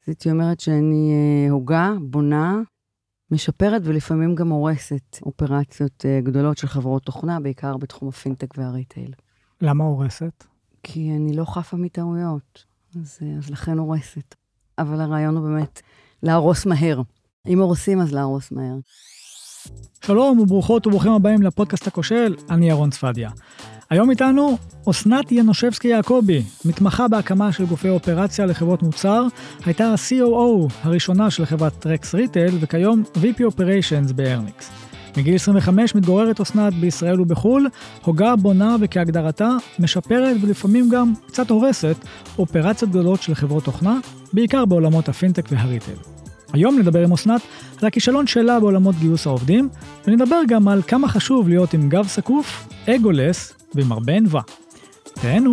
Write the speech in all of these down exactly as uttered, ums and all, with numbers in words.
הייתי אומרת שאני הוגה, בונה, משפרת ולפעמים גם הורסת אופרציות גדולות של חברות תוכנה, בעיקר בתחום הפינטק והריטייל. למה הורסת? כי אני לא חפה מטעויות, אז, אז לכן הורסת. אבל הרעיון הוא באמת להרוס מהר. אם הורסים, אז להרוס מהר. שלום וברוכות וברוכים הבאים לפודקאסט הכושל, אני ירון צפדיה. היום איתנו אסנת ינושבסקי יעקבי, מתמחה בהקמה של גופי אופרציה לחברות מוצר, הייתה ה-סי או או הראשונה של חברת טרקס ריטייל, וכיום וי פי Operations בארניקס. מגיל עשרים וחמש מתגוררת אסנת בישראל ובחול, הוגה, בונה וכהגדרתה, משפרת ולפעמים גם קצת הורסת אופרציות גדולות של חברות תוכנה, בעיקר בעולמות הפינטק והריטייל. היום נדבר עם אסנת על הכישלון שלה בעולמות גיוס העובדים, ונדבר גם על כמה חשוב להיות עם גב סקוף, אגולס ועם הרבה ענווה. תהנו.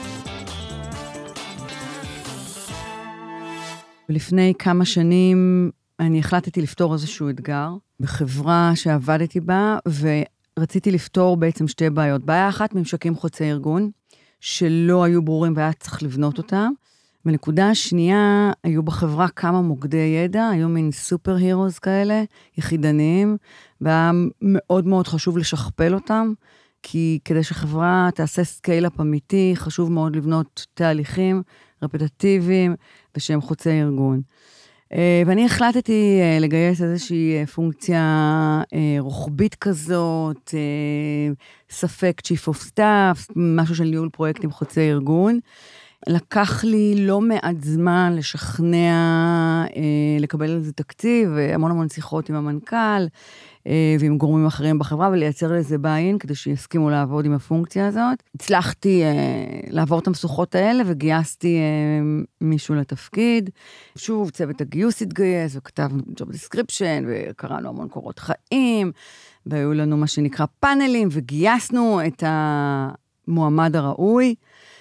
לפני כמה שנים אני החלטתי לפתור איזשהו אתגר בחברה שעבדתי בה, ורציתי לפתור בעצם שתי בעיות. בעיה אחת, ממשקים חוצי ארגון, שלא היו ברורים והיה צריך לבנות אותם. בנקודה השנייה, היו בחברה כמה מוקדי ידע, היו מין סופר הירוס כאלה, יחידניים, והיה מאוד מאוד חשוב לשכפל אותם, כי כדי שחברה תעשה סקייל-אפ אמיתי, חשוב מאוד לבנות תהליכים רפטטיביים, ושהם חוצי ארגון. ואני החלטתי לגייס איזושהי פונקציה רוחבית כזאת, ספק Chief of Staff, משהו של ניהול פרויקטים חוצי ארגון, לקח לי לא מעט זמן לשכנע, אה, לקבל על זה תקציב, והמון המון שיחות עם המנכ"ל, אה, ועם גורמים אחרים בחברה, ולייצר לזה ביין, כדי שיסכימו לעבוד עם הפונקציה הזאת. הצלחתי אה, לעבור את המשוכות האלה, וגייסתי אה, מישהו לתפקיד. שוב, צוות הגיוס התגייס, וכתבנו job description, וקראנו המון קורות חיים, והיו לנו מה שנקרא פאנלים, וגייסנו את המועמד הראוי,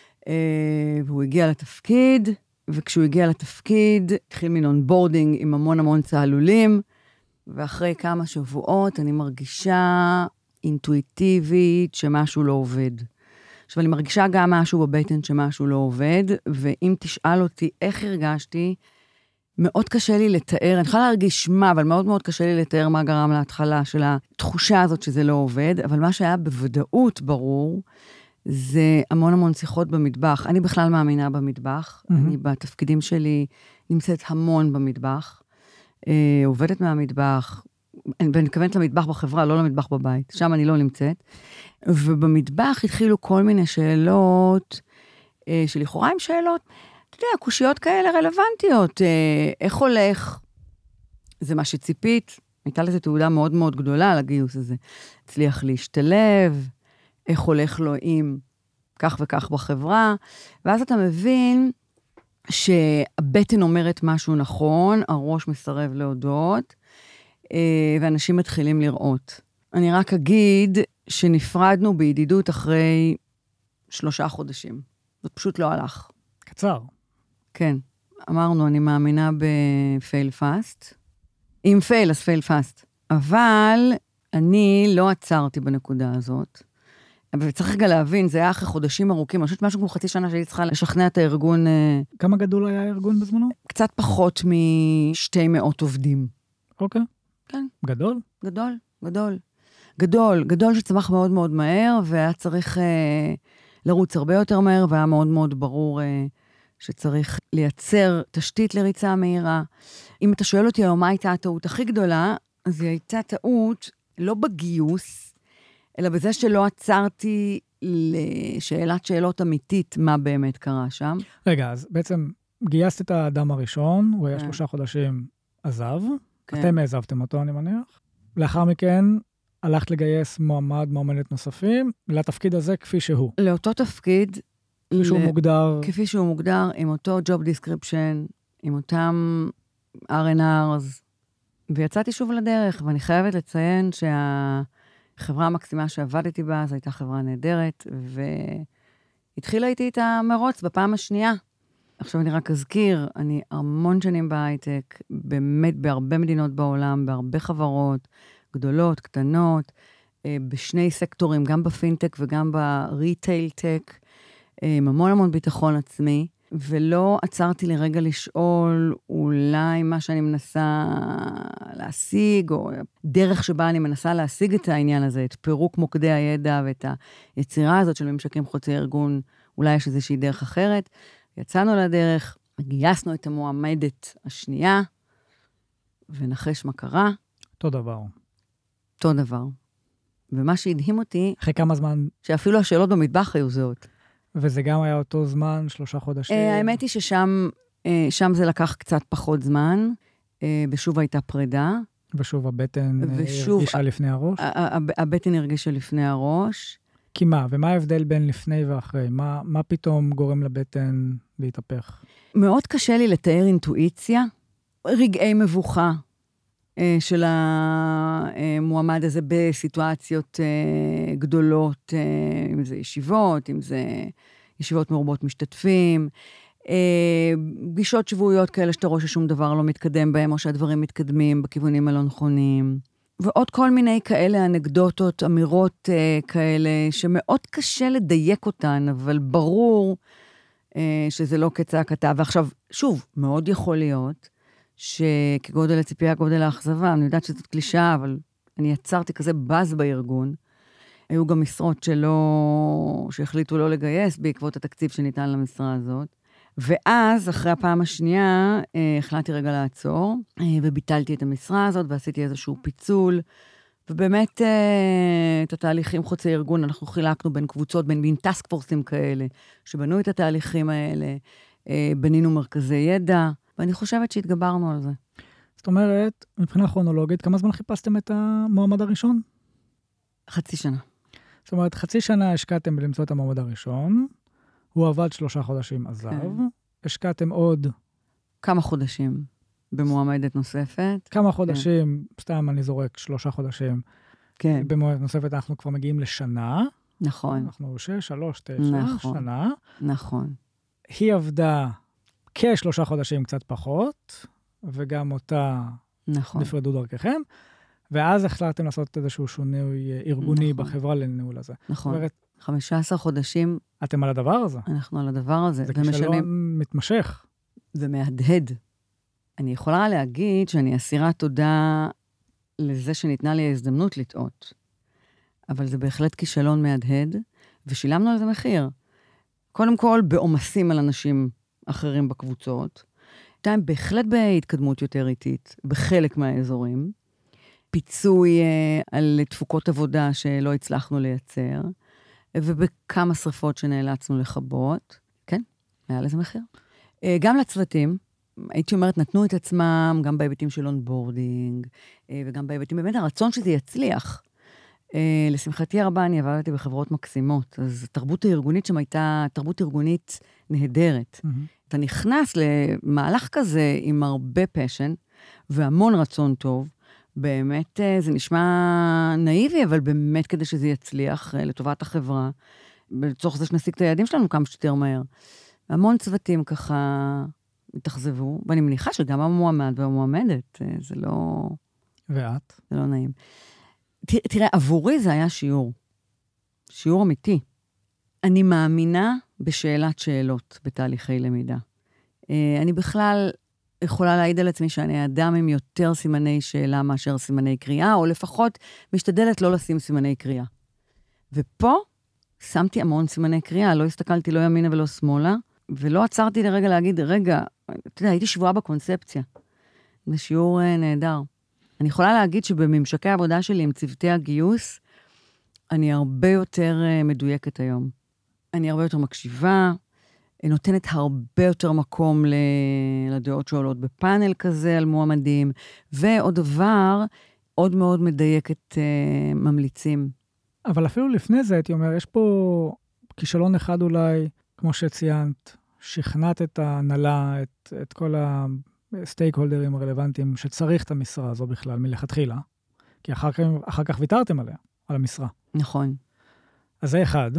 והוא הגיע לתפקיד, וכשהוא הגיע לתפקיד, התחיל מין אונבורדינג עם המון המון צהלולים, ואחרי כמה שבועות אני מרגישה אינטואיטיבית שמשהו לא עובד. עכשיו, אני מרגישה גם משהו בבטן שמשהו לא עובד, ואם תשאל אותי איך הרגשתי, מאוד קשה לי לתאר, אני יכולה להרגיש מה, אבל מאוד מאוד קשה לי לתאר מה גרם להתחלה של התחושה הזאת שזה לא עובד, אבל מה שהיה בוודאות ברור, זה המון המון שיחות במטבח. אני בכלל מאמינה במטבח. Mm-hmm. אני בתפקידים שלי נמצאת המון במטבח. אה, עובדת מהמטבח, אני מתכוונת למטבח בחברה, לא למטבח בבית. שם אני לא נמצאת. ובמטבח התחילו כל מיני שאלות, אה, שלכאורה עם שאלות, אתה יודע, קושיות כאלה רלוונטיות. אה, איך הולך? זה מה שציפית. הייתה לזה תעודה מאוד מאוד גדולה על הגיוס הזה. הצליח להשתלב, איך הולך לו עם כך וכך בחברה, ואז אתה מבין שהבטן אומרת משהו נכון, הראש מסרב להודות, ואנשים מתחילים לראות. אני רק אגיד שנפרדנו בידידות אחרי שלושה חודשים. זאת פשוט לא הלך. קצר. כן. אמרנו, אני מאמינה בפייל פאסט. אם פייל, אז פייל פאסט. אבל אני לא עצרתי בנקודה הזאת. אבל צריך רגע להבין, זה היה אחרי חודשים ארוכים, אני חושבת משהו כמו חצי שנה שהייתי צריכה לשכנע את הארגון. כמה גדול היה הארגון בזמנו? קצת פחות משתי מאות עובדים. אוקיי. כן. גדול? גדול, גדול. גדול, גדול שצמח מאוד מאוד מהר, והיה צריך אה, לרוץ הרבה יותר מהר, והיה מאוד מאוד ברור אה, שצריך לייצר תשתית לריצה מהירה. אם אתה שואל אותי היום מה הייתה הטעות הכי גדולה, אז היא הייתה טעות לא בגיוס, אלא בזה שלא עצרתי לשאלת שאלות אמיתית, מה באמת קרה שם. רגע, אז בעצם גייסת את האדם הראשון, הוא היה שלושה חודשים עזב, אתם העזבתם אותו, אני מניח. לאחר מכן, הלכת לגייס מועמד, מועמדת נוספים, לתפקיד הזה כפי שהוא. לאותו תפקיד. כפי שהוא מוגדר. כפי שהוא מוגדר, עם אותו job description, עם אותם אר אן אר'ס, ויצאתי שוב לדרך, ואני חייבת לציין שה... חברה המקסימה שעבדתי בה, זו הייתה חברה נהדרת, והתחילה איתי את המרוץ בפעם השנייה. עכשיו אני רק אזכיר, אני המון שנים בהייטק, באמת בהרבה מדינות בעולם, בהרבה חברות, גדולות, קטנות, בשני סקטורים, גם בפינטק וגם בריטייל טק, עם המון המון ביטחון עצמי, ולא עצרתי לרגע לשאול אולי מה שאני מנסה להשיג, או דרך שבה אני מנסה להשיג את העניין הזה, את פירוק מוקדי הידע ואת היצירה הזאת של ממשקים חוצי ארגון, אולי יש איזושהי דרך אחרת. יצאנו לדרך, גייסנו את המועמדת השנייה, ונחש מה קרה. אותו דבר. אותו דבר. ומה שהדהים אותי, אחרי כמה זמן? שאפילו השאלות במטבח היו זהות. וזה גם היה אותו זמן, שלושה חודשים? האמת היא ששם שם זה לקח קצת פחות זמן, ושוב הייתה פרידה. ושוב הבטן הרגישה לפני הראש? הבטן הרגישה לפני הראש. כי מה? ומה ההבדל בין לפני ואחרי? מה, מה פתאום גורם לבטן להתהפך? מאוד קשה לי לתאר אינטואיציה, רגעי מבוכה של המועמד הזה בסיטואציות גדולות, אם זה ישיבות, אם זה ישיבות מרובות משתתפים, פגישות שבועיות כאלה שאתה רואה ששום דבר לא מתקדם בהם, או שהדברים מתקדמים בכיוונים הלא נכונים. ועוד כל מיני כאלה אנקדוטות, אמירות כאלה, שמאוד קשה לדייק אותן, אבל ברור שזה לא כצעקתה. ועכשיו, שוב, מאוד יכול להיות שכגודל הציפייה, גודל האכזבה, אני יודעת שזאת קלישאה, אבל אני יצרתי כזה בז בארגון. היו גם משרות שלא, שהחליטו לא לגייס בעקבות התקציב שניתן למשרה הזאת. ואז, אחרי הפעם השנייה, החלטתי רגע לעצור, וביטלתי את המשרה הזאת, ועשיתי איזשהו פיצול, ובאמת, את התהליכים חוצי ארגון, אנחנו חילקנו בין קבוצות, בין בין טאסק פורסים כאלה, שבנו את התהליכים האלה, בנינו מרכזי ידע, ואני חושבת שהתגברנו על זה. זאת אומרת, מבחינה כרונולוגית, כמה זמן חיפשתם את המועמד הראשון? חצי שנה. זאת אומרת, חצי שנה השקעתם בלמצוא את המועמד הראשון, הוא עבד שלושה חודשים, עזב. כן. השקעתם עוד... כמה חודשים במועמדת נוספת. כמה חודשים, כן. סתם אני זורק שלושה חודשים. כן. במועמדת נוספת אנחנו כבר מגיעים לשנה. נכון. אנחנו שש, שלוש, תשע, נכון. שנה. נכון. היא עבדה כשלושה חודשים קצת פחות, וגם אותה נכון. נפרדו דרככם, ואז החלטתם לעשות איזשהו שינוי ארגוני נכון. בחברה לניהול הזה. נכון. אומרת, חמישה עשר חודשים... אתם על הדבר הזה. אנחנו על הדבר הזה. זה כשלון מתמשך. ומהדהד. אני יכולה להגיד שאני אסירת תודה לזה שניתנה לי ההזדמנות לטעות. אבל זה בהחלט כישלון מהדהד, ושילמנו על זה מחיר. קודם כל, בעומסים על אנשים אחרים בקבוצות. שתיים, בהחלט בהתקדמות יותר איטית, בחלק מהאזורים. פיצוי אה, על תפוקות עבודה שלא הצלחנו לייצר, ובכמה שריפות שנאלצנו לכבות. כן, היה לזה מחיר. אה, גם לצוותים, הייתי אומרת, נתנו את עצמם, גם בהיבטים של אונבורדינג, אה, וגם בהיבטים, באמת הרצון שזה יצליח. אה, לשמחתי הרבה, אני עבדתי בחברות מקסימות, אז התרבות הארגונית שם הייתה תרבות ארגונית נהדרת. Mm-hmm. אתה נכנס למהלך כזה עם הרבה פשן, והמון רצון טוב, באמת זה נשמע נאיבי, אבל באמת כדי שזה יצליח לטובת החברה, בצורך זה שנשיג את היעדים שלנו כמה שיותר מהר. המון צוותים ככה התאכזבו, ואני מניחה שגם המועמד והמועמדת, זה לא... ואת? זה לא נעים. תראה, עבורי זה היה שיעור. שיעור אמיתי. אני מאמינה בשאלת שאלות בתהליכי למידה. אני בכלל יכולה להעיד על עצמי שאני אדם עם יותר סימני שאלה מאשר סימני קריאה, או לפחות משתדלת לא לשים סימני קריאה. ופה שמתי המון סימני קריאה, לא הסתכלתי לא ימינה ולא שמאלה, ולא עצרתי לרגע להגיד, רגע, אתה יודע, הייתי שבועה בקונספציה. זה שיעור נהדר. אני יכולה להגיד שבממשקי העבודה שלי עם צוותי הגיוס, אני הרבה יותר מדויקת היום. אני הרבה יותר מקשיבה, נותנת הרבה יותר מקום לדעות שעולות בפאנל כזה על מועמדים, ועוד דבר, עוד מאוד מדייקת ממליצים. אבל אפילו לפני זה, הייתי אומר, יש פה כישלון אחד אולי, כמו שציינת, שכנעת את ההנהלה, את, את כל הסטייק הולדרים הרלוונטיים, שצריך את המשרה הזו בכלל מלכתחילה, כי אחר כך, אחר כך ויתרתם עליה, על המשרה. נכון. אז זה אחד.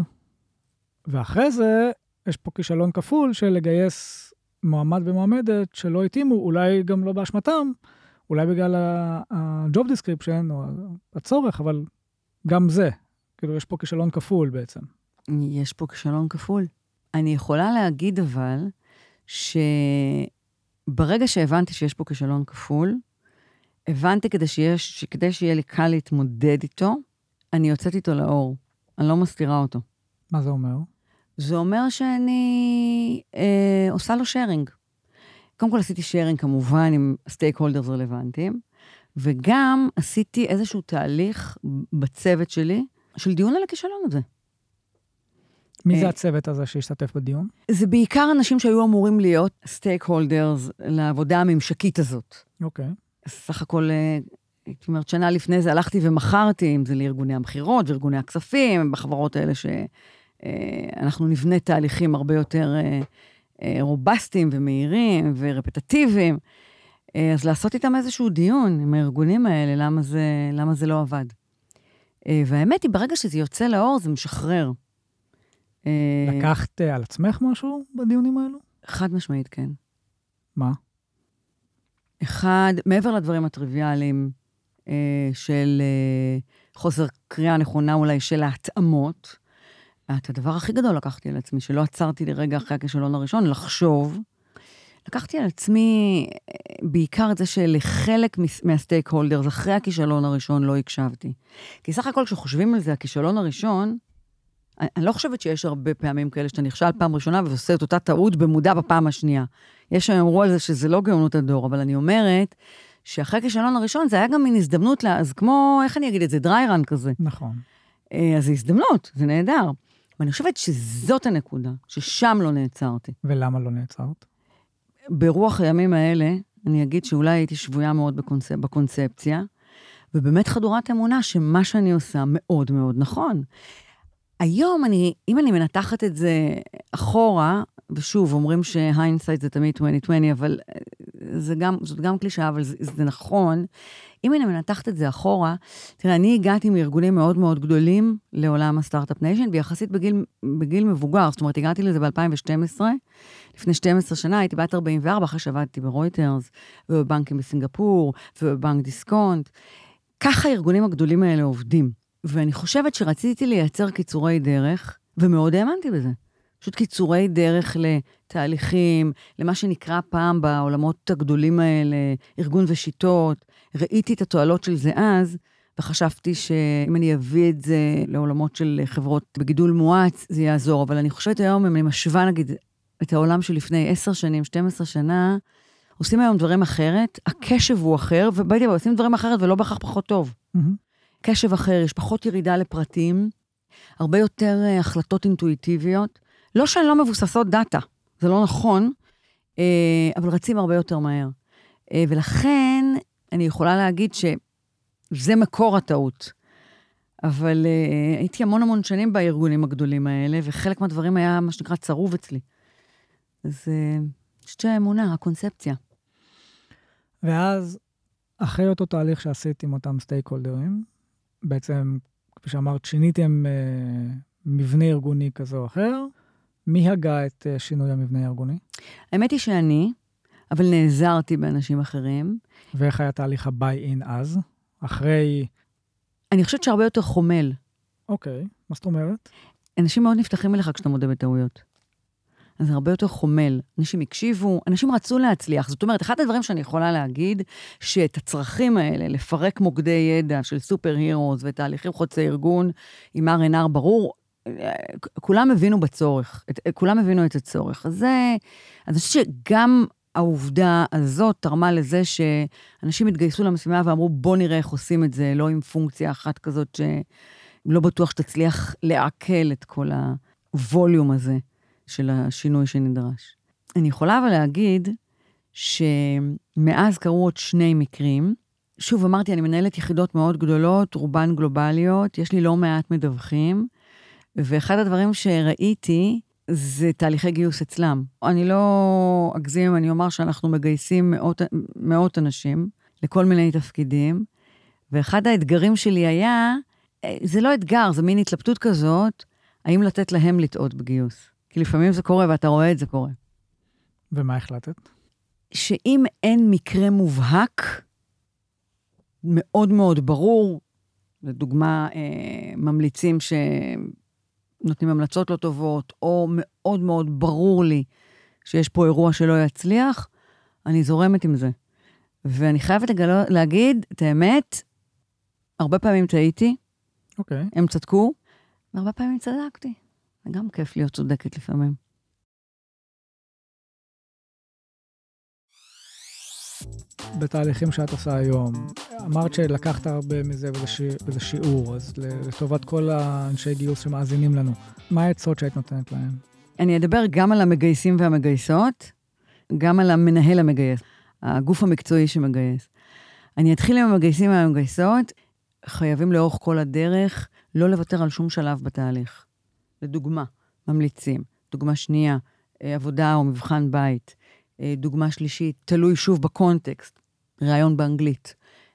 ואחרי זה, יש פה כישלון כפול של לגייס מועמד ומועמדת שלא התאימו, אולי גם לא באשמתם, אולי בגלל ה-job description או הצורך, אבל גם זה. כאילו, יש פה כישלון כפול בעצם. יש פה כישלון כפול. אני יכולה להגיד אבל, שברגע שהבנתי שיש פה כישלון כפול, הבנתי כדי, שיש, שכדי שיהיה לי קל להתמודד איתו, אני יוצאת איתו לאור. אני לא מסתירה אותו. מה זה אומר? זה אומר שאני אה, עושה לו שיירינג. קודם כל עשיתי שיירינג כמובן עם סטייק הולדרס רלוונטיים, וגם עשיתי איזשהו תהליך בצוות שלי, של דיון על הכישלון הזה. מי זה הצוות הזה שהשתתף בדיון? זה בעיקר אנשים שהיו אמורים להיות סטייק הולדרס לעבודה הממשקית הזאת. אוקיי. סך הכל, הייתי אומרת, שנה לפני זה הלכתי ומכרתי, אם זה לארגוני המחירות וארגוני הכספים, בחברות האלה שאנחנו נבנה תהליכים הרבה יותר רובסטיים ומהירים ורפטטיביים, אז לעשות איתם איזשהו דיון עם הארגונים האלה, למה זה, למה זה לא עבד. והאמת היא, ברגע שזה יוצא לאור, זה משחרר. לקחת על עצמך משהו בדיונים האלו? חד משמעית, כן. מה? אחד, מעבר לדברים הטריוויאליים של חוסר קריאה נכונה אולי של ההתאמות, את הדבר הכי גדול לקחתי על עצמי, שלא עצרתי לרגע אחרי הכישלון הראשון, לחשוב. לקחתי על עצמי בעיקר את זה שלחלק מהסטייק הולדרס, אחרי הכישלון הראשון לא הקשבתי. כי סך הכל כשחושבים על זה, הכישלון הראשון, אני לא חושבת שיש הרבה פעמים כאלה שאתה נכשל פעם ראשונה ועושה את אותה טעות במודע בפעם השנייה. יש שאמרו על זה שזה לא גאונות הדור, אבל אני אומרת שאחרי הכישלון הראשון זה היה גם מין הזדמנות, לה, אז כמו, איך אני אגיד את זה, דריירן כזה. נכון. אז זה הזדמנות, זה נהדר. ואני חושבת שזאת הנקודה, ששם לא נעצרתי. ולמה לא נעצרת? ברוח הימים האלה, אני אגיד שאולי הייתי שבויה מאוד בקונספ... בקונספציה, ובאמת חדורת אמונה שמה שאני עושה מאוד מאוד נכון. היום אני, אם אני מנתחת את זה אחורה, ושוב, אומרים שהיינדסייט זה תמיד עשרים עשרים, אבל זה גם, זאת גם קלישה, אבל זה, זה נכון. אם אני מנתחת את זה אחורה, תראה, אני הגעתי מארגונים מאוד מאוד גדולים לעולם הסטארט-אפ ניישן, ביחסית בגיל, בגיל מבוגר, זאת אומרת, הגעתי לזה ב-אלפיים ושתים עשרה, לפני שתים עשרה שנה, הייתי בת ארבעים וארבע, אחרי שעבדתי ברויטרס, ובבנקים בסינגפור, ובבנק דיסקונט. ככה הארגונים הגדולים האלה עובדים. ואני חושבת שרציתי לייצר קיצורי דרך, ומאוד האמנתי בזה. פשוט קיצורי דרך לתהליכים, למה שנקרא פעם בעולמות הגדולים האלה, ארגון ושיטות. ראיתי את התועלות של זה אז, וחשבתי שאם אני אביא את זה לעולמות של חברות בגידול מואץ, זה יעזור. אבל אני חושבת היום, אם אני משווה, נגיד, את העולם שלפני עשר שנים, שתים עשרה שנה, עושים היום דברים אחרת, הקשב הוא אחר, ובאתי, עושים דברים אחרת ולא בהכרח פחות טוב. Mm-hmm. קשב אחר, יש פחות ירידה לפרטים, הרבה יותר uh, החלטות אינטואיטיביות, לא שהן לא מבוססות דאטה, זה לא נכון, uh, אבל רצים הרבה יותר מהר. Uh, ולכן אני יכולה להגיד שזה מקור הטעות. אבל uh, הייתי המון המון שנים בארגונים הגדולים האלה, וחלק מהדברים היה מה שנקרא צרוב אצלי. אז פשוט uh, האמונה, הקונספציה. ואז, אחרי אותו תהליך שעשית עם אותם סטייק הולדרים, בעצם, כפי שאמרת, שיניתם אה, מבנה ארגוני כזה או אחר. מי הגה את אה, שינוי המבנה הארגוני? האמת היא שאני, אבל נעזרתי באנשים אחרים. ואיך היה תהליך ה-buy-in אז? אחרי... אני חושבת שהרבה יותר חומל. אוקיי, מה זאת אומרת? אנשים מאוד נפתחים אליך כשאתה מודה בטעויות. אז זה הרבה יותר חומל. אנשים הקשיבו, אנשים רצו להצליח. זאת אומרת, אחד הדברים שאני יכולה להגיד, שאת הצרכים האלה, לפרק מוקדי ידע של סופר הירוס ותהליכים חוצי ארגון, עם אר אן אר ברור, כולם הבינו בצורך, כולם הבינו את הצורך. אז זה, אז אני חושבת שגם העובדה הזאת תרמה לזה שאנשים התגייסו למשימה ואמרו, בוא נראה איך עושים את זה, לא עם פונקציה אחת כזאת שלא בטוח שתצליח לעכל את כל הווליום הזה. של השינוי שנדרש. אני יכולה אבל להגיד שמאז קרו עוד שני מקרים. שוב, אמרתי, אני מנהלת יחידות מאוד גדולות, רובן גלובליות, יש לי לא מעט מדווחים, ואחד הדברים שראיתי זה תהליכי גיוס אצלם. אני לא אגזים, אני אומר שאנחנו מגייסים מאות, מאות אנשים לכל מיני תפקידים, ואחד האתגרים שלי היה, זה לא אתגר, זה מין התלבטות כזאת, האם לתת להם לטעות בגיוס. כי לפעמים זה קורה, ואתה רואה את זה קורה. ומה החלטת? שאם אין מקרה מובהק, מאוד מאוד ברור, לדוגמה, אה, ממליצים שנותנים המלצות לא טובות, או מאוד מאוד ברור לי כשיש פה אירוע שלא יצליח, אני זורמת עם זה. ואני חייבת לגלו, להגיד את האמת, הרבה פעמים טעיתי, אוקיי. הם צדקו, והרבה פעמים צדקתי. זה גם כיף להיות צודקת לפעמים. בתהליכים שאת עושה היום, אמרת שלקחת הרבה מזה וזה שיעור, אז לטובת כל האנשי גיוס שמאזינים לנו, מה העצות שהיית נותנת להם? אני אדבר גם על המגייסים והמגייסות, גם על המנהל המגייס, הגוף המקצועי שמגייס. אני אתחיל עם המגייסים והמגייסות, חייבים לאורך כל הדרך לא לוותר על שום שלב בתהליך. לדוגמה, ממליצים. דוגמה שנייה, עבודה או מבחן בית. דוגמה שלישית, תלוי שוב בקונטקסט, רעיון באנגלית.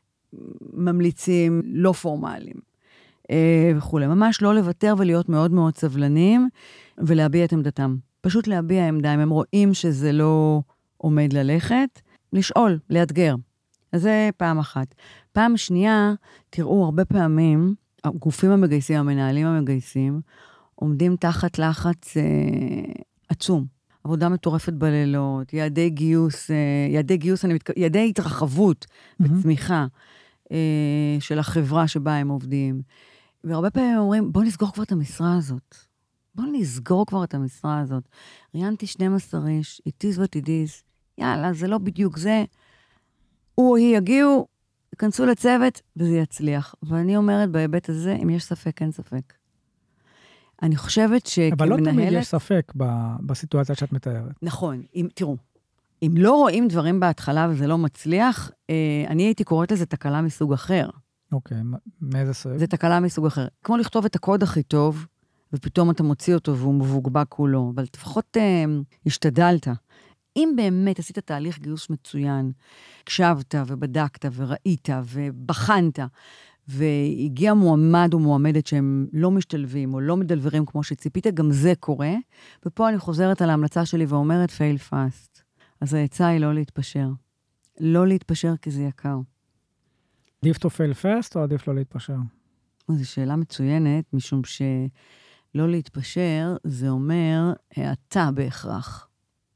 ממליצים לא פורמליים וכו'. ממש לא לוותר ולהיות מאוד מאוד סבלנים ולהביע את עמדתם. פשוט להביע עמדה, אם הם רואים שזה לא עומד ללכת, לשאול, לאתגר. אז זה פעם אחת. פעם שנייה, תראו, הרבה פעמים, הגופים המגייסים, המנהלים המגייסים, עומדים תחת לחץ אה, עצום. עבודה מטורפת בלילות, יעדי גיוס, אה, יעדי גיוס, אני מתכ... יעדי התרחבות mm-hmm. וצמיחה אה, של החברה שבה הם עובדים. והרבה פעמים אומרים, בוא נסגור כבר את המשרה הזאת. בוא נסגור כבר את המשרה הזאת. ראיינתי שנים עשר איש, it is what it is. יאללה, זה לא בדיוק זה. הוא או היא יגיעו, יכנסו לצוות, וזה יצליח. ואני אומרת, בהיבט הזה, אם יש ספק, אין ספק. אני חושבת שכמנהלת... אבל לא תמיד יש ספק ב- בסיטואציה שאת מתארת. נכון. אם, תראו, אם לא רואים דברים בהתחלה וזה לא מצליח, אה, אני הייתי קוראת לזה תקלה מסוג אחר. אוקיי, מאיזה סוג? זה תקלה מסוג אחר. כמו לכתוב את הקוד הכי טוב, ופתאום אתה מוציא אותו והוא מבוגבק כולו, אבל לפחות אה, השתדלת. אם באמת עשית תהליך גיוס מצוין, הקשבת ובדקת וראית ובחנת, והגיע מועמד או מועמדת שהם לא משתלבים או לא מדלברים כמו שציפית, גם זה קורה. ופה אני חוזרת על ההמלצה שלי ואומרת, fail fast. אז העצה היא לא להתפשר. לא להתפשר כי זה יקר. עדיף to fail fast או עדיף לא להתפשר? זו שאלה מצוינת, משום שלא להתפשר זה אומר האטה בהכרח.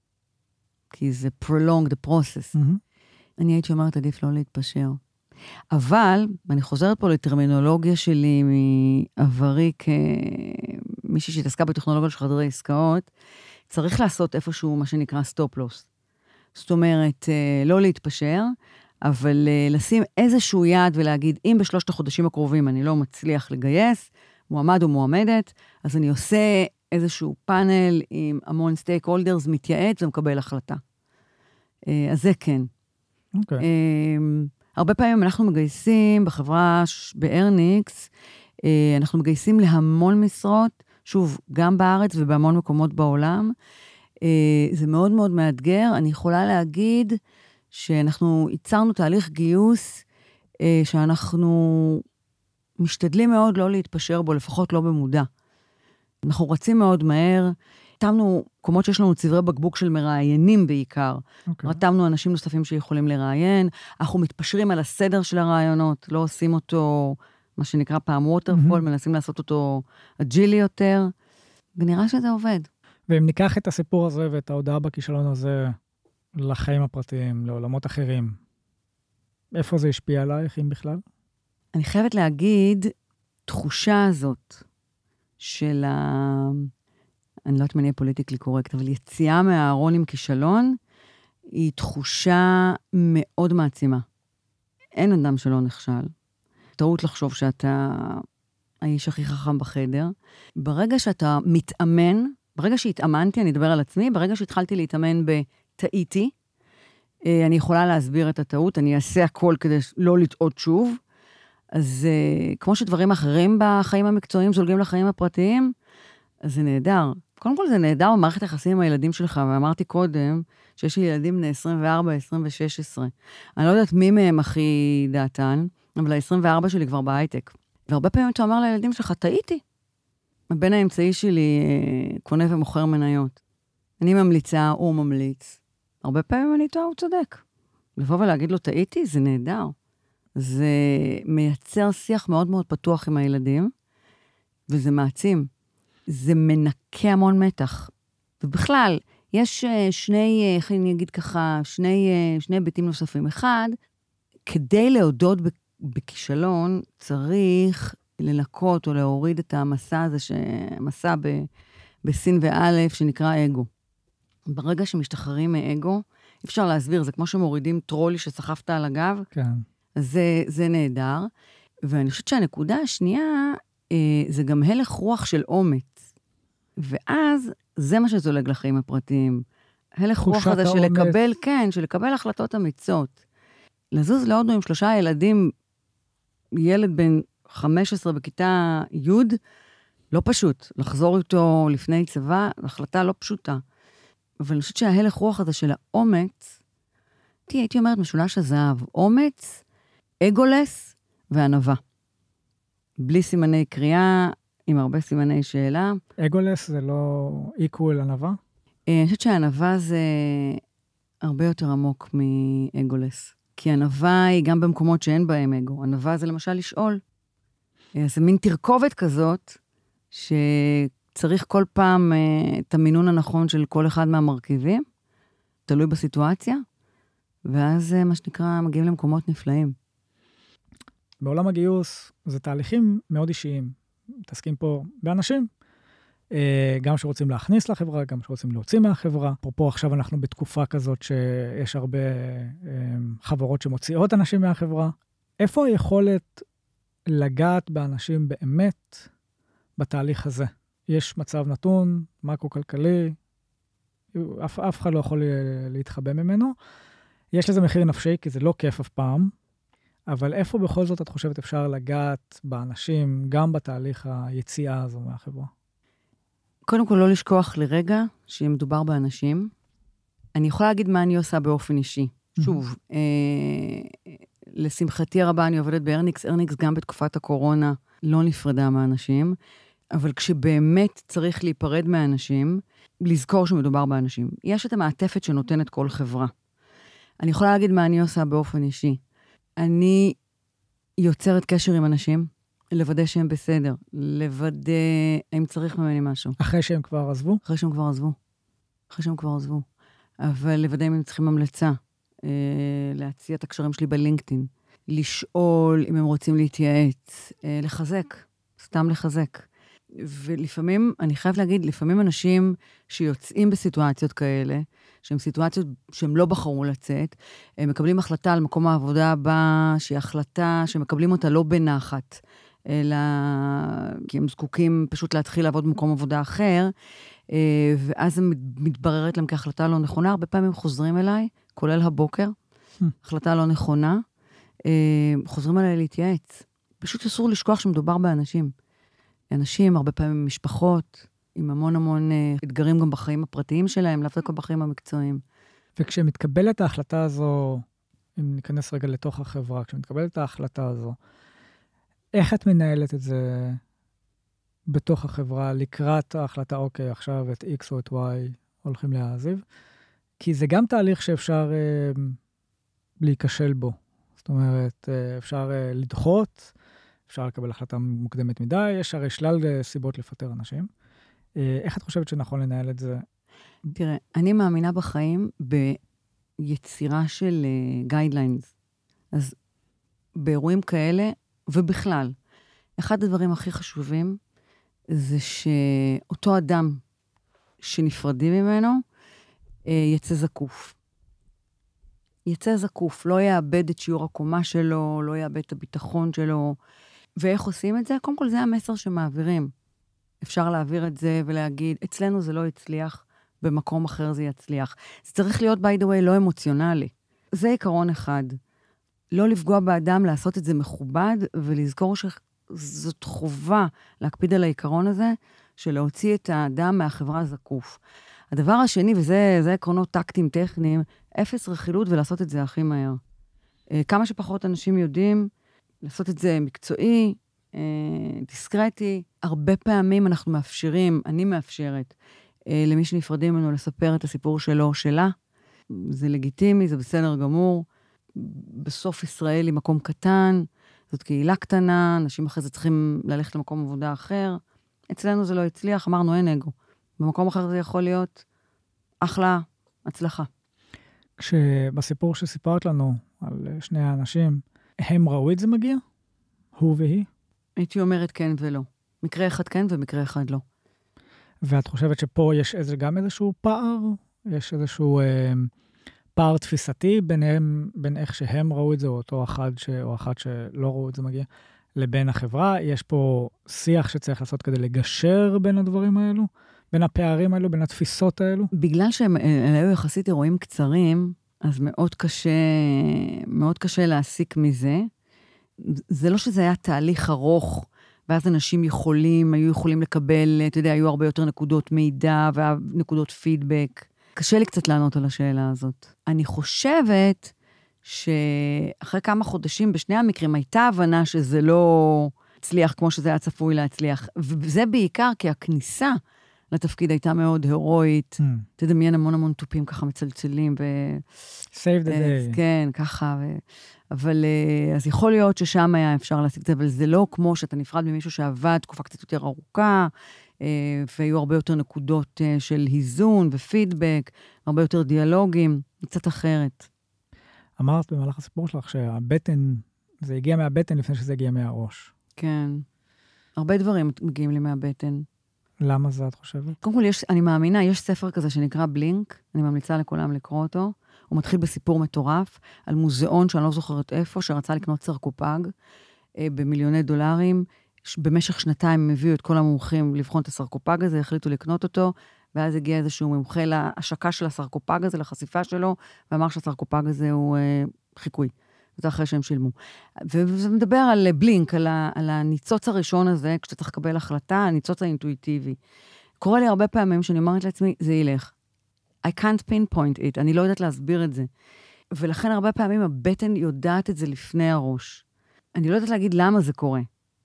כי זה prolong the process. Mm-hmm. אני הייתי אומרת, עדיף לא להתפשר. אבל, ואני חוזרת פה לטרמינולוגיה שלי מעברי כמישהי שהתעסקה בטכנולוגיה של חדרי עסקאות, צריך לעשות איפשהו מה שנקרא stop loss. זאת אומרת, לא להתפשר, אבל לשים איזשהו יעד ולהגיד, אם בשלושת החודשים הקרובים אני לא מצליח לגייס, מועמד או מועמדת, אז אני עושה איזשהו פאנל עם המון סטייק הולדרס, מתייעץ ומקבל החלטה. אז זה כן. אוקיי. Okay. הרבה פעמים אנחנו מגייסים בחברה בארניקס, אנחנו מגייסים להמון משרות, שוב, גם בארץ ובהמון מקומות בעולם. זה מאוד מאוד מאתגר. אני יכולה להגיד שאנחנו ייצרנו תהליך גיוס, שאנחנו משתדלים מאוד לא להתפשר בו, לפחות לא במודע. אנחנו רצים מאוד מהר, רתמנו מקומות שיש לנו צברי בקבוק של מראיינים בעיקר. Okay. רתמנו אנשים נוספים שיכולים לראיין, אנחנו מתפשרים על הסדר של הרעיונות, לא עושים אותו, מה שנקרא פעם ווטרפול, mm-hmm. מנסים לעשות אותו אג'ילי יותר, ונראה שזה עובד. ואם ניקח את הסיפור הזה ואת ההודעה בכישלון הזה לחיים הפרטיים, לעולמות אחרים, איפה זה השפיע עלייך, אם בכלל? אני חייבת להגיד, תחושה הזאת של ה... אני לא יודעת מני פוליטיקלי קורקט, אבל יציאה מהארון עם כישלון, היא תחושה מאוד מעצימה. אין אדם שלא נכשל. טעות לחשוב שאתה האיש הכי חכם בחדר. ברגע שאתה מתאמן, ברגע שהתאמנתי, אני אדבר על עצמי, ברגע שהתחלתי להתאמן בטעיתי, אני יכולה להסביר את הטעות, אני אעשה הכל כדי לא לטעות שוב. אז כמו שדברים אחרים בחיים המקצועיים זולגים לחיים הפרטיים, אז זה נהדר. קודם כל זה נהדר במערכת היחסים עם הילדים שלך, ואמרתי קודם שיש לי ילדים בני עשרים וארבע, עשרים ושש עשרה. אני לא יודעת מי מהם הכי דעתן, אבל ה-עשרים וארבע שלי כבר בהייטק. והרבה פעמים אתה אומר לילדים שלך, טעיתי. הבן האמצעי שלי קונה ומוכר מניות. אני ממליצה, הוא ממליץ. הרבה פעמים אני טועה, הוא צודק. לבוא ולהגיד לו, טעיתי, זה נהדר. זה מייצר שיח מאוד מאוד פתוח עם הילדים, וזה מעצים. זה מנקה המון מתח. ובכלל, יש שני, איך אני אגיד ככה, שני, שני היבטים נוספים. אחד, כדי להודות בכישלון, צריך לנקות או להוריד את המסע הזה, המסע ב, בסין ואלף, שנקרא אגו. ברגע שמשתחררים מאגו, אפשר להסביר, זה כמו שמורידים טרולי שסחפת על הגב, כן. אז זה, זה נהדר. ואני חושבת שהנקודה השנייה, אה, זה גם הלך רוח של אומץ. ואז זה מה שזולג לחיים הפרטיים. הלך רוח הזה של לקבל, כן, של לקבל החלטות אמיצות. לזוז להודו עם שלושה ילדים, ילד בן חמש עשרה בכיתה י', לא פשוט. לחזור איתו לפני צבא, החלטה לא פשוטה. אבל אני חושבת שההלך רוח הזה של האומץ, הייתי אומרת משולש הזהב, אומץ, אגולס וענווה. בלי סימני קריאה, עם הרבה סימני שאלה. אגולס זה לא איקוול ענווה? אני חושבת שהענווה זה הרבה יותר עמוק מאגולס. כי ענווה היא גם במקומות שאין בהם אגו. ענווה זה למשל לשאול. זה מין תרכובת כזאת, שצריך כל פעם את המינון הנכון של כל אחד מהמרכיבים, תלוי בסיטואציה, ואז מה שנקרא מגיעים למקומות נפלאים. בעולם הגיוס זה תהליכים מאוד אישיים. מתעסקים פה באנשים, גם שרוצים להכניס לחברה, גם שרוצים להוציא מהחברה. אפרופו עכשיו אנחנו בתקופה כזאת שיש הרבה חברות שמוציאות אנשים מהחברה. איפה היכולת לגעת באנשים באמת בתהליך הזה? יש מצב נתון, מקרו-כלכלי, אף, אף אחד לא יכול להתחבא ממנו. יש לזה מחיר נפשי, כי זה לא כיף אף פעם, אבל איפה בכל זאת את חושבת אפשר לגעת באנשים, גם בתהליך היציאה הזו מהחברה? קודם כל, לא לשכוח לרגע שמדובר באנשים. אני יכולה להגיד מה אני עושה באופן אישי. שוב, אה, לשמחתי הרבה אני עובדת בארניקס. ארניקס גם בתקופת הקורונה לא נפרדה מהאנשים, אבל כשבאמת צריך להיפרד מהאנשים, לזכור שמדובר באנשים. יש את המעטפת שנותנת כל חברה. אני יכולה להגיד מה אני עושה באופן אישי. אני יוצרת קשר עם אנשים, לוודא שהם בסדר, לוודא אם צריך ממני משהו. אחרי שהם כבר עזבו? אחרי שהם כבר עזבו. אחרי שהם כבר עזבו. אבל לוודא אם הם צריכים המלצה, אה, להציע את הקשרים שלי בלינקדאין, לשאול אם הם רוצים להתייעץ, אה, לחזק, סתם לחזק. ולפעמים, אני חייבת להגיד, לפעמים אנשים שיוצאים בסיטואציות כאלה, שהן סיטואציות שהם לא בחרו לצאת, הם מקבלים החלטה על מקום העבודה הבא, שהיא החלטה שמקבלים אותה לא בנחת, אלא כי הם זקוקים פשוט להתחיל לעבוד במקום עבודה אחר, ואז הם מתבררת להם כהחלטה לא נכונה, הרבה פעמים חוזרים אליי, כולל הבוקר, החלטה לא נכונה, חוזרים אליי להתייעץ. פשוט אסור לשכוח שמדובר באנשים. אנשים, הרבה פעמים משפחות, עם המון המון אתגרים גם בחיים הפרטיים שלהם, לאו דווקא בחיים המקצועיים. וכשמתקבלת ההחלטה הזו, אם ניכנס רגע לתוך החברה, כשמתקבלת ההחלטה הזו, איך את מנהלת את זה בתוך החברה, לקראת ההחלטה, אוקיי, עכשיו את X או את Y הולכים להעזיב? כי זה גם תהליך שאפשר אה, להיכשל בו. זאת אומרת, אה, אפשר אה, לדחות, אפשר לקבל החלטה מוקדמת מדי, יש הרי שלל סיבות לפטר אנשים. איך את חושבת שנכון לנהל את זה? תראה, אני מאמינה בחיים ביצירה של גיידליינס. אז באירועים כאלה, ובכלל, אחד הדברים הכי חשובים, זה שאותו אדם שנפרדים ממנו, יצא זקוף. יצא זקוף, לא יאבד את שיעור הקומה שלו, לא יאבד את הביטחון שלו. ואיך עושים את זה? קודם כל זה המסר שמעבירים. אפשר להעביר את זה ולהגיד, אצלנו זה לא יצליח, במקום אחר זה יצליח. זה צריך להיות, by the way, לא אמוציונלי. זה עיקרון אחד. לא לפגוע באדם, לעשות את זה מכובד, ולזכור שזאת חובה להקפיד על העיקרון הזה, של להוציא את האדם מהחברה הזקוף. הדבר השני, וזה זה עקרונות טקטיים טכניים, אפס רכילות ולעשות את זה הכי מהר. כמה שפחות אנשים יודעים, לעשות את זה מקצועי, דיסקרטי. הרבה פעמים אנחנו מאפשרים, אני מאפשרת, למי שנפרדים ממנו לספר את הסיפור שלו או שלה. זה לגיטימי, זה בסדר גמור. בסוף ישראל היא מקום קטן, זאת קהילה קטנה, אנשים אחרי זה צריכים ללכת למקום עבודה אחר. אצלנו זה לא הצליח, אמרנו אין אגו. במקום אחר זה יכול להיות אחלה הצלחה. כשבסיפור שסיפרת לנו על שני האנשים, הם ראו את זה מגיע? הוא והיא? הייתי אומרת כן ולא. מקרה אחד כן ומקרה אחד לא. ואת חושבת שפה יש איזה, גם איזשהו פער? יש איזשהו אה, פער תפיסתי ביניהם, בין איך שהם ראו את זה, או אותו אחד ש, או אחת שלא ראו את זה מגיע, לבין החברה? יש פה שיח שצריך לעשות כדי לגשר בין הדברים האלו? בין הפערים האלו, בין התפיסות האלו? בגלל שהם היו יחסית אירועים קצרים, אז מאוד קשה, מאוד קשה להסיק מזה. זה לא שזה היה תהליך ארוך, ואז אנשים יכולים, היו יכולים לקבל, אתה יודע, היו הרבה יותר נקודות מידע ונקודות פידבק. קשה לי קצת לענות על השאלה הזאת. אני חושבת שאחרי כמה חודשים בשני המקרים הייתה הבנה שזה לא הצליח כמו שזה היה צפוי להצליח. וזה בעיקר כי הכניסה לתפקיד הייתה מאוד הירואית. Mm. תדמיין המון המון טופים ככה מצלצלים. ו... Save the day. כן, ככה. ו... אבל אז יכול להיות ששם היה אפשר להשיג את זה, אבל זה לא כמו שאתה נפרד ממישהו שעבד תקופה קצת יותר ארוכה, והיו הרבה יותר נקודות של היזון ופידבק, הרבה יותר דיאלוגים, קצת אחרת. אמרת במהלך הסיפור שלך שהבטן, זה הגיע מהבטן לפני שזה הגיע מהראש. כן. הרבה דברים מגיעים לי מהבטן. למה זה את חושבת? קודם כל, יש, אני מאמינה, יש ספר כזה שנקרא בלינק, אני ממליצה לכולם לקרוא אותו. הוא מתחיל בסיפור מטורף, על מוזיאון שאני לא זוכרת איפה, שרצה לקנות סרקופג אה, במיליוני דולרים. במשך שנתיים הם הביאו את כל המומחים לבחון את הסרקופג הזה, החליטו לקנות אותו, ואז הגיע איזשהו מומחה להשקה של הסרקופג הזה, לחשיפה שלו, ואמר שהסרקופג הזה הוא אה, חיקוי. זה אחרי שהם שילמו. וזה מדבר על בלינק, על, ה, על הניצוץ הראשון הזה, כשאתה צריך לקבל החלטה, הניצוץ האינטואיטיבי. קורה לי הרבה פעמים שאני אומרת לעצמי, זה ילך. I can't pinpoint it, אני לא יודעת להסביר את זה. ולכן הרבה פעמים הבטן יודעת את זה לפני הראש. אני לא יודעת להגיד למה זה קורה.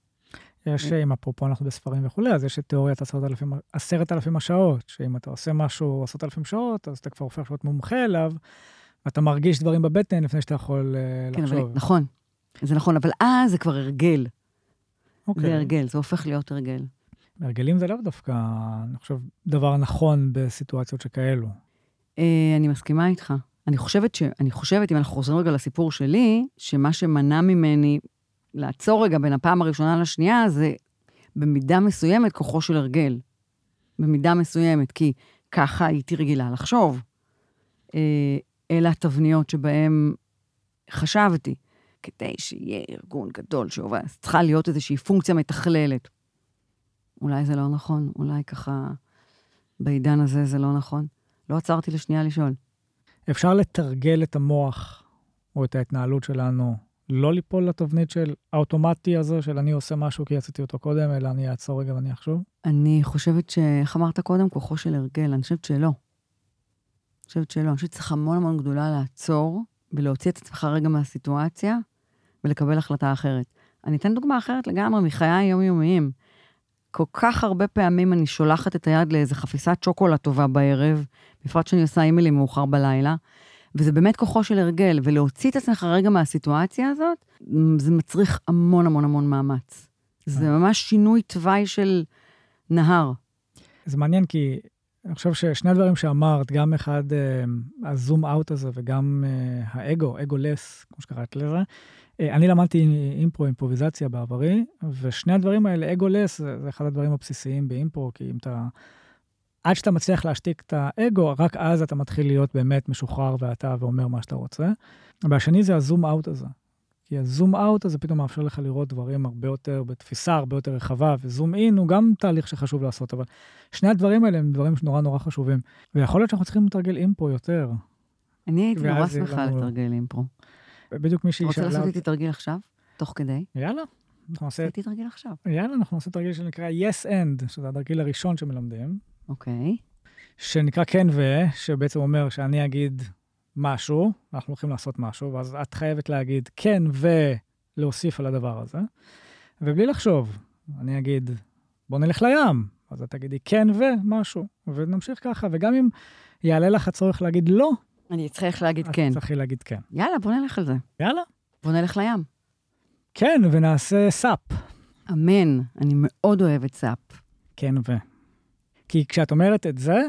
יש, אם אפרופו אנחנו בספרים וכו', אז יש את תיאוריית עשרת אלפים השעות, שאם אתה עושה משהו עשרת אלפים שעות, אז אתה כבר הופך להיות מומחה אליו, ואתה מרגיש דברים בבטן לפני שאתה יכול כן, לחשוב. אבל, נכון, זה נכון, אבל אה, זה כבר הרגל. אוקיי. זה הרגל, זה הופך להיות הרגל. הרגלים זה לא דווקא, אני חושב, דבר נכון בסיטואציות שכאלו. אה, אני מסכימה איתך. אני חושבת ש... אני חושבת, אם אנחנו חוזרים רגע לסיפור שלי, שמה שמנע ממני לעצור רגע בין הפעם הראשונה לשנייה, זה במידה מסוימת כוחו של הרגל. במידה מסוימת, כי ככה הייתי רגילה לחשוב. אה, אלה התבניות שבהם חשבתי, כדי שיהיה ארגון גדול שעובד, אז צריכה להיות איזושהי פונקציה מתכללת. אולי זה לא נכון, אולי ככה בעידן הזה זה לא נכון. לא עצרתי לשנייה לשאול. אפשר לתרגל את המוח או את ההתנהלות שלנו, לא ליפול לתבנית של האוטומטי הזה, של אני עושה משהו כי עשיתי אותו קודם, אלא אני אעצור רגע ואני אחשוב? אני חושבת ש... איך אמרת קודם? כוחו של הרגל. אני חושבת שלא. אני חושבת שלא. אני חושבת שצריך המון המון גדולה לעצור, ולהוציא את עצמך רגע מהסיטואציה, ולקבל החלטה אחרת. אני אתן דוגמה אחרת לגמרי, מחיי היומיומיים. כל כך הרבה פעמים אני שולחת את היד לאיזו חפיסת שוקולד טובה בערב, בפרט שאני עושה אימיילים מאוחר בלילה, וזה באמת כוחו של הרגל, ולהוציא את עצמך רגע מהסיטואציה הזאת, זה מצריך המון המון המון מאמץ. זה ממש שינוי תוואי של נהר. זה מעניין כי אני חושב ששני הדברים שאמרת, גם אחד, הזום אאוט הזה, וגם האגו, אגו-לס, כמו שקראת לזה, אני למדתי אימפרו, אימפרוביזציה בעברי, ושני הדברים האלה, אגו-לס, זה אחד הדברים הבסיסיים באימפרו, כי אם אתה, עד שאתה מצליח להשתיק את האגו, רק אז אתה מתחיל להיות באמת משוחרר ואתה ואומר מה שאתה רוצה. והשני זה הזום אאוט הזה. כי הזום אאוט הזה פתאום מאפשר לך לראות דברים הרבה יותר בתפיסה, הרבה יותר רחבה, וזום אין הוא גם תהליך שחשוב לעשות, אבל שני הדברים האלה הם דברים שנורא נורא חשובים. ויכול להיות שאנחנו צריכים לתרגל אימפרו יותר. אני הייתי נורא שמחה לתרגל אימפרו. בדיוק מישהי שאלה... רוצה לעשות איתי תרגיל עכשיו? תוך כדי? יאללה. עושה איתי תרגיל עכשיו. יאללה, אנחנו נעשה תרגיל שנקרא yes and, שזה התרגיל הראשון שמלמדים. אוקיי. שנקרא כן ו, שבעצם אומר שאני אגיד משהו, אנחנו הולכים לעשות משהו, ואז את חייבת להגיד כן ולהוסיף על הדבר הזה. ובלי לחשוב, אני אגיד, בוא נלך לים. אז את תגידי כן ומשהו, ונמשיך ככה. וגם אם יעלה לך הצורך להגיד לא, אני צריך להגיד כן. את צריכי להגיד כן. יאללה, בוא נלך על זה. יאללה. בוא נלך לים. כן, ונעשה סאפ. אמן, אני מאוד אוהבת סאפ. כן ו. כי כשאת אומרת את זה,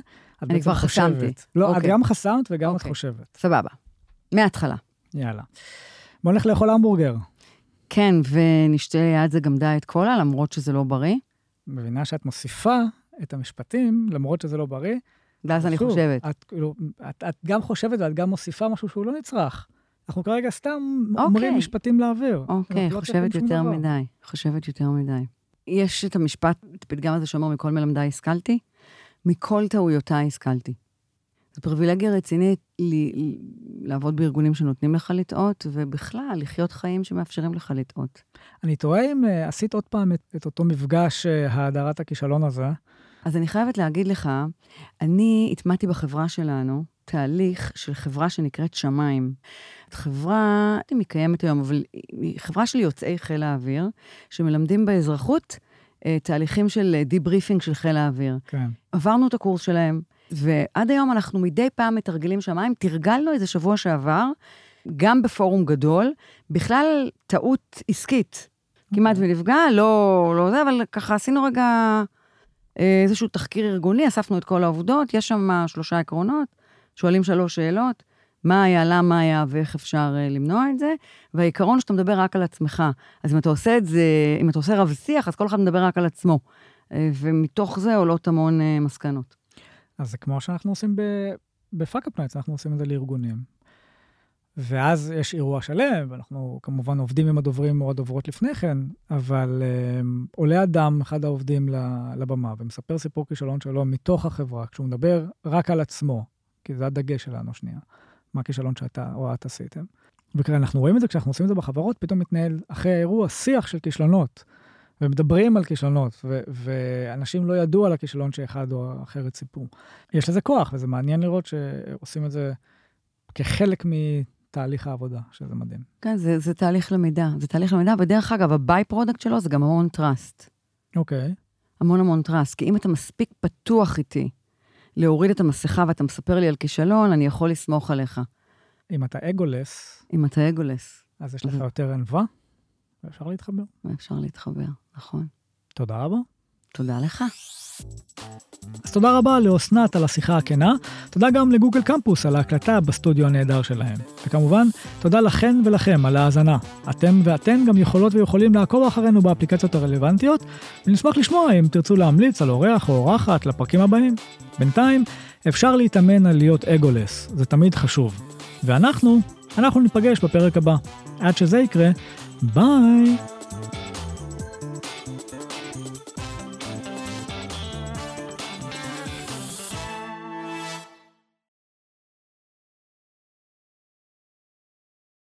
אני כבר חסמתי. לא, את גם חסמת וגם את חושבת. סבבה. מההתחלה. יאללה. בוא נלך לאכול המבורגר. כן, ונשתה ליד זה גם דיאט קולה, למרות שזה לא בריא. מבינה שאת מוסיפה את המשפטים, למרות שזה לא בריא. ואז אני חושבת. את, כאילו, את, את גם חושבת ואת גם מוסיפה משהו שהוא לא נצרך. אנחנו כרגע סתם אומרים משפטים לאוויר. אוקיי, חושבת יותר מדי. חושבת יותר מדי. יש את המשפט, את הפתגם הזה שאומר, מכל מלמדיי השכלתי, מכל טעויותיי השכלתי. זו פריבילגיה רצינית לי, לעבוד בארגונים שנותנים לך לטעות, ובכלל, לחיות חיים שמאפשרים לך לטעות. אני תוהה אם uh, עשית עוד פעם את, את אותו מפגש, uh, העדרת הכישלון הזה. אז אני חייבת להגיד לך, אני התמדתי בחברה שלנו, תהליך של חברה שנקראת שמיים. חברה, היא מקיימת היום, אבל היא חברה של יוצאי חיל האוויר, שמלמדים באזרחות uh, תהליכים של דיבריפינג של חיל האוויר. כן. עברנו את הקורס שלהם, ועד היום אנחנו מדי פעם מתרגלים שמיים, תרגלנו איזה שבוע שעבר, גם בפורום גדול, בכלל טעות עסקית. כמעט ונפגע, לא, לא זה, אבל ככה עשינו רגע איזשהו תחקיר ארגוני, אספנו את כל העובדות, יש שם שלושה עקרונות, שואלים שלוש שאלות, מה היה, למה היה ואיך אפשר למנוע את זה, והעיקרון שאתה מדבר רק על עצמך. אז אם אתה עושה את זה, אם אתה עושה רב שיח, אז כל אחד מדבר רק על עצמו. ומתוך זה עולות המון מסקנות. אז זה כמו שאנחנו עושים בפאק-אפ נייטס, אנחנו עושים את זה לארגונים. ואז יש אירוע שלם, ואנחנו כמובן עובדים עם הדוברים או הדוברות לפני כן, אבל um, עולה אדם, אחד העובדים לבמה, ומספר סיפור כישלון שלו מתוך החברה, כשהוא מדבר רק על עצמו, כי זה הדגש שלנו שנייה, מה הכישלון שאתה או את עשיתם. וכאן אנחנו רואים את זה, כשאנחנו עושים את זה בחברות, פתאום מתנהל אחרי האירוע שיח של כישלונות, ומדברים על כישלונות, ו- ואנשים לא ידעו על הכישלון שאחד או אחרת סיפור. יש לזה כוח, וזה מעניין לראות שעושים את זה כחלק מתהליך העבודה, שזה מדהים. כן, זה, זה תהליך למידה. זה תהליך למידה, ודרך אגב, הביי פרודקט שלו זה גם המון טראסט. אוקיי. המון המון טראסט, כי אם אתה מספיק פתוח איתי, להוריד את המסכה ואתה מספר לי על כישלון, אני יכול לסמוך עליך. אם אתה אגולס. אם אתה אגולס. אז יש לך יותר ענווה. ואפשר להתחבר. ואפשר להתחבר, נכון. תודה רבה. תודה לך. אז תודה רבה לאוסנת על השיחה הכנה, תודה גם לגוגל קמפוס על ההקלטה בסטודיו הנהדר שלהם. וכמובן, תודה לכן ולכם על ההאזנה. אתם ואתן גם יכולות ויכולים לעקוב אחרינו באפליקציות הרלוונטיות, ונשמח לשמוע אם תרצו להמליץ על אורח או אורחת לפרקים הבאים. בינתיים, אפשר להתאמן על להיות אגולס, זה תמיד חשוב. ואנחנו, אנחנו ניפגש בפרק הבא. עד שזה יקרה, ביי!